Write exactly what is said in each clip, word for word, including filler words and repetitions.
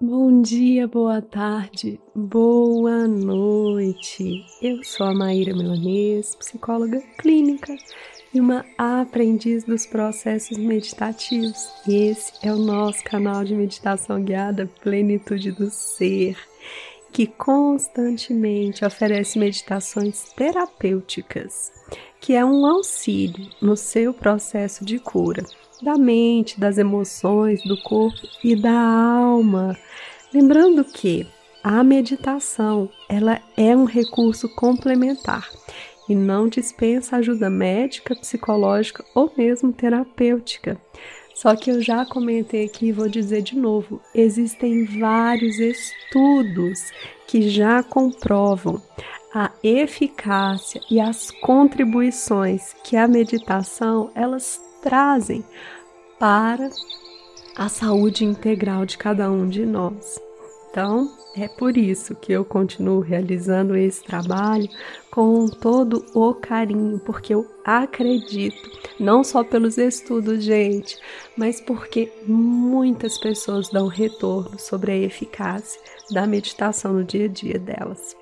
Bom dia, boa tarde, boa noite. Eu sou a Maíra Milanês, psicóloga clínica e uma aprendiz dos processos meditativos. Esse é o nosso canal de meditação guiada Plenitude do Ser, que constantemente oferece meditações terapêuticas, que é um auxílio no seu processo de cura da mente, das emoções, do corpo e da alma. Lembrando que a meditação, ela é um recurso complementar e não dispensa ajuda médica, psicológica ou mesmo terapêutica. Só que eu já comentei aqui e vou dizer de novo, existem vários estudos que já comprovam a eficácia e as contribuições que a meditação elas trazem para a saúde integral de cada um de nós. Então, é por isso que eu continuo realizando esse trabalho com todo o carinho, porque eu acredito, não só pelos estudos, gente, mas porque muitas pessoas dão retorno sobre a eficácia da meditação no dia a dia delas.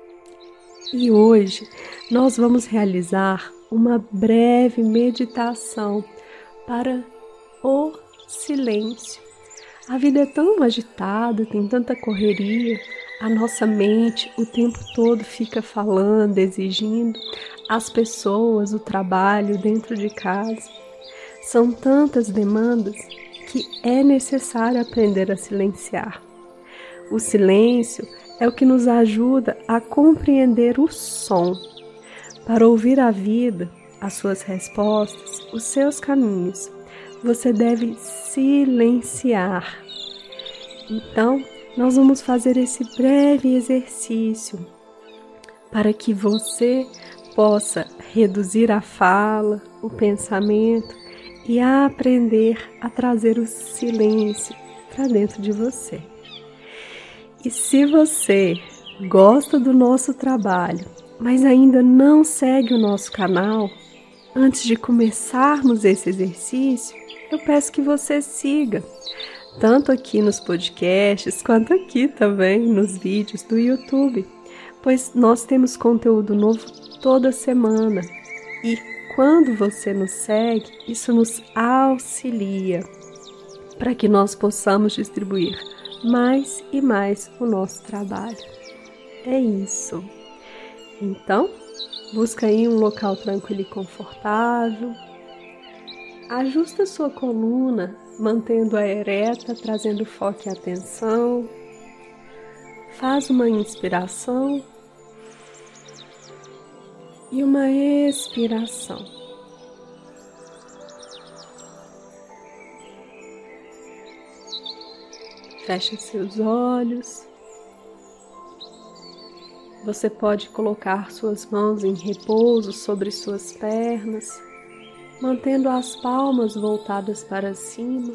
E hoje nós vamos realizar uma breve meditação para o silêncio. A vida é tão agitada, tem tanta correria, a nossa mente o tempo todo fica falando, exigindo, as pessoas, o trabalho dentro de casa. São tantas demandas que é necessário aprender a silenciar. O silêncio é o que nos ajuda a compreender o som, para ouvir a vida, as suas respostas, os seus caminhos. Você deve silenciar. Então, nós vamos fazer esse breve exercício para que você possa reduzir a fala, o pensamento e aprender a trazer o silêncio para dentro de você. E se você gosta do nosso trabalho, mas ainda não segue o nosso canal, antes de começarmos esse exercício, eu peço que você siga, tanto aqui nos podcasts, quanto aqui também nos vídeos do YouTube, pois nós temos conteúdo novo toda semana e quando você nos segue, isso nos auxilia para que nós possamos distribuir mais e mais o nosso trabalho. É isso. Então, busca aí um local tranquilo e confortável. Ajusta sua coluna, mantendo-a ereta, trazendo foco e atenção. Faz uma inspiração e uma expiração. Feche seus olhos. Você pode colocar suas mãos em repouso sobre suas pernas, mantendo as palmas voltadas para cima.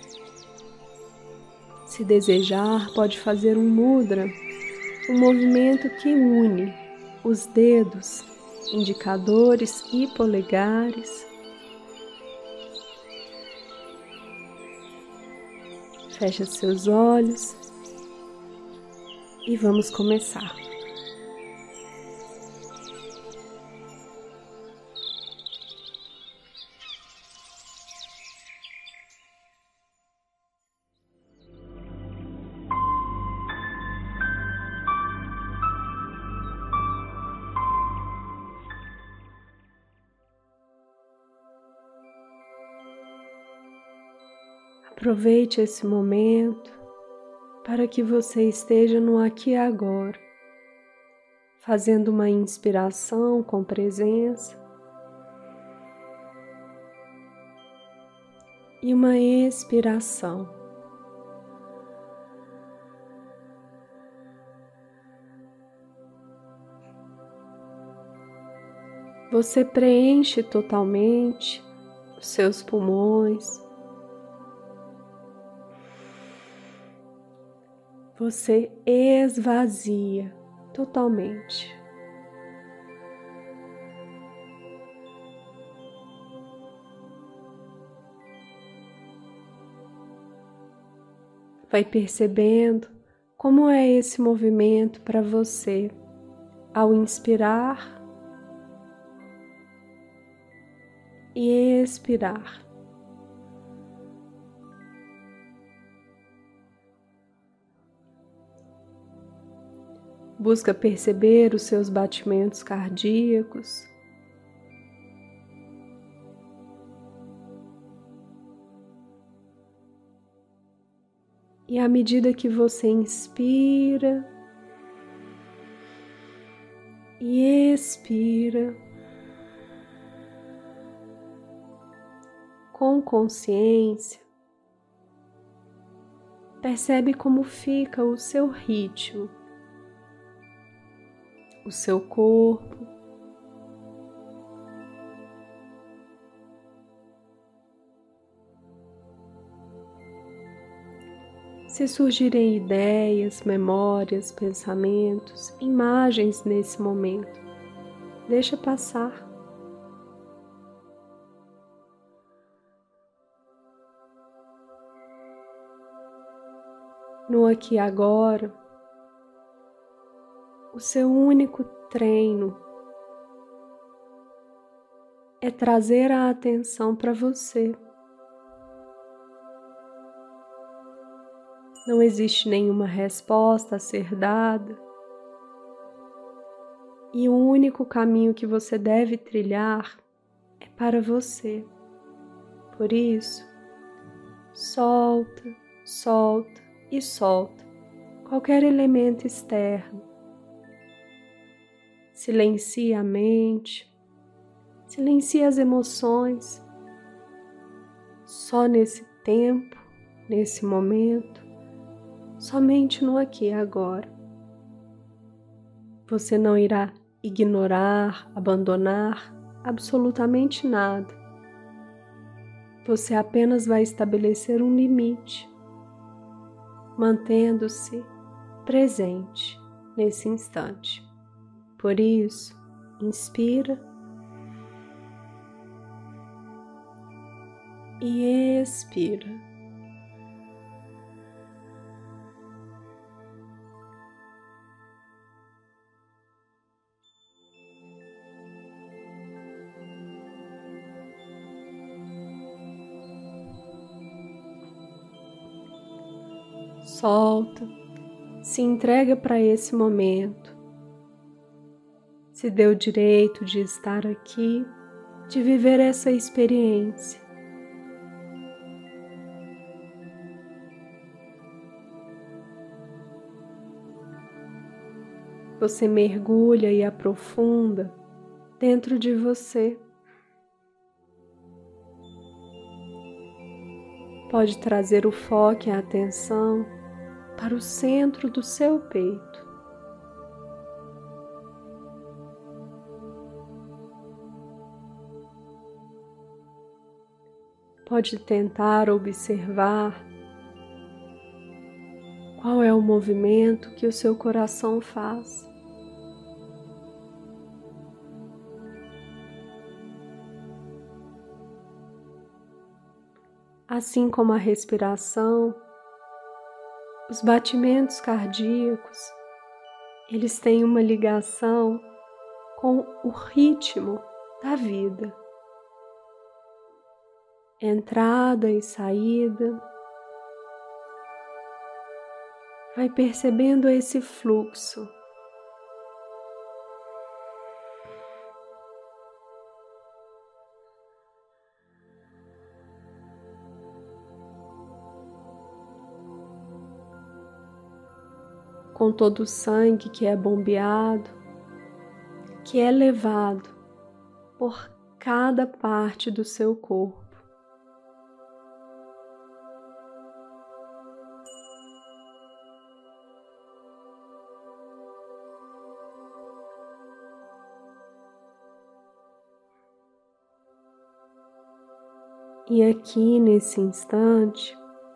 Se desejar, pode fazer um mudra, um movimento que une os dedos, indicadores e polegares. Feche seus olhos e vamos começar. Aproveite esse momento para que você esteja no aqui e agora, fazendo uma inspiração com presença e uma expiração. Você preenche totalmente os seus pulmões. Você esvazia totalmente. Vai percebendo como é esse movimento para você ao inspirar e expirar. Busca perceber os seus batimentos cardíacos. E à medida que você inspira e expira, com consciência, percebe como fica o seu ritmo, o seu corpo. Se surgirem ideias, memórias, pensamentos, imagens nesse momento, deixa passar. No aqui e agora, o seu único treino é trazer a atenção para você. Não existe nenhuma resposta a ser dada, e o único caminho que você deve trilhar é para você. Por isso, solta, solta e solta qualquer elemento externo. Silencia a mente, silencia as emoções. Só nesse tempo, nesse momento, somente no aqui e agora. Você não irá ignorar, abandonar absolutamente nada. Você apenas vai estabelecer um limite, mantendo-se presente nesse instante. Por isso, inspira e expira. Solta, se entrega para esse momento. Se dê o direito de estar aqui, de viver essa experiência. Você mergulha e aprofunda dentro de você. Pode trazer o foco e a atenção para o centro do seu peito. Pode tentar observar qual é o movimento que o seu coração faz. Assim como a respiração, os batimentos cardíacos, eles têm uma ligação com o ritmo da vida. Entrada e saída. Vai percebendo esse fluxo. Com todo o sangue que é bombeado, que é levado por cada parte do seu corpo. E aqui nesse instante,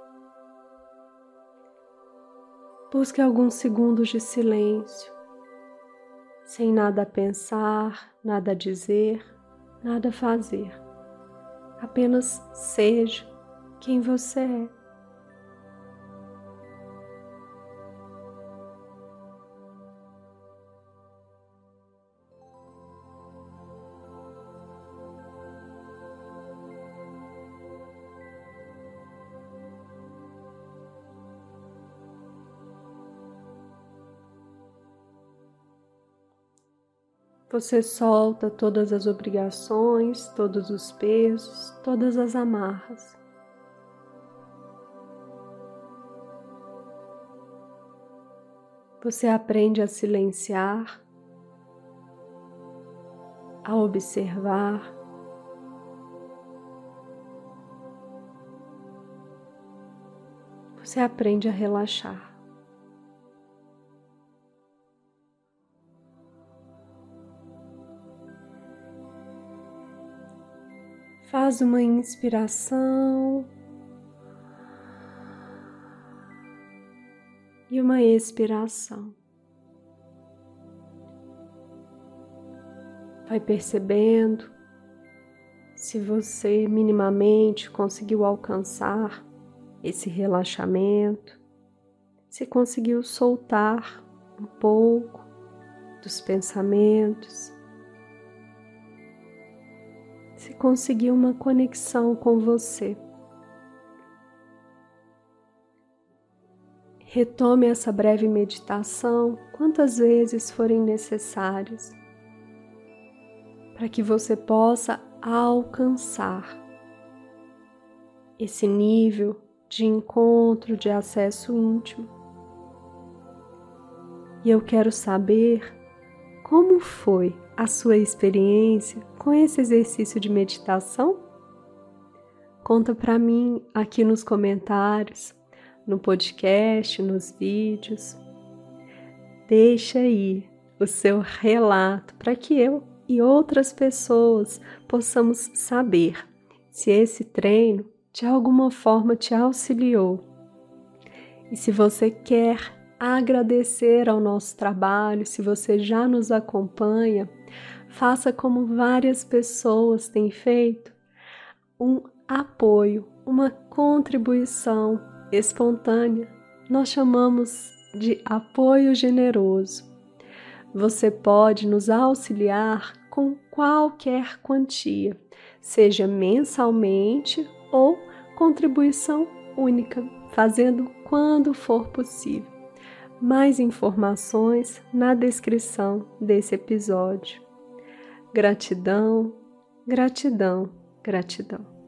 busque alguns segundos de silêncio, sem nada a pensar, nada a dizer, nada a fazer. Apenas seja quem você é. Você solta todas as obrigações, todos os pesos, todas as amarras. Você aprende a silenciar, a observar, você aprende a relaxar. Faz uma inspiração e uma expiração. Vai percebendo se você minimamente conseguiu alcançar esse relaxamento, se conseguiu soltar um pouco dos pensamentos, se conseguiu uma conexão com você. Retome essa breve meditação quantas vezes forem necessárias, para que você possa alcançar esse nível de encontro, de acesso íntimo. E eu quero saber como foi a sua experiência com esse exercício de meditação. Conta para mim aqui nos comentários, no podcast, nos vídeos. Deixa aí o seu relato para que eu e outras pessoas possamos saber se esse treino de alguma forma te auxiliou. E se você quer agradecer ao nosso trabalho, se você já nos acompanha, faça como várias pessoas têm feito, um apoio, uma contribuição espontânea. Nós chamamos de apoio generoso. Você pode nos auxiliar com qualquer quantia, seja mensalmente ou contribuição única, fazendo quando for possível. Mais informações na descrição desse episódio. Gratidão, gratidão, gratidão.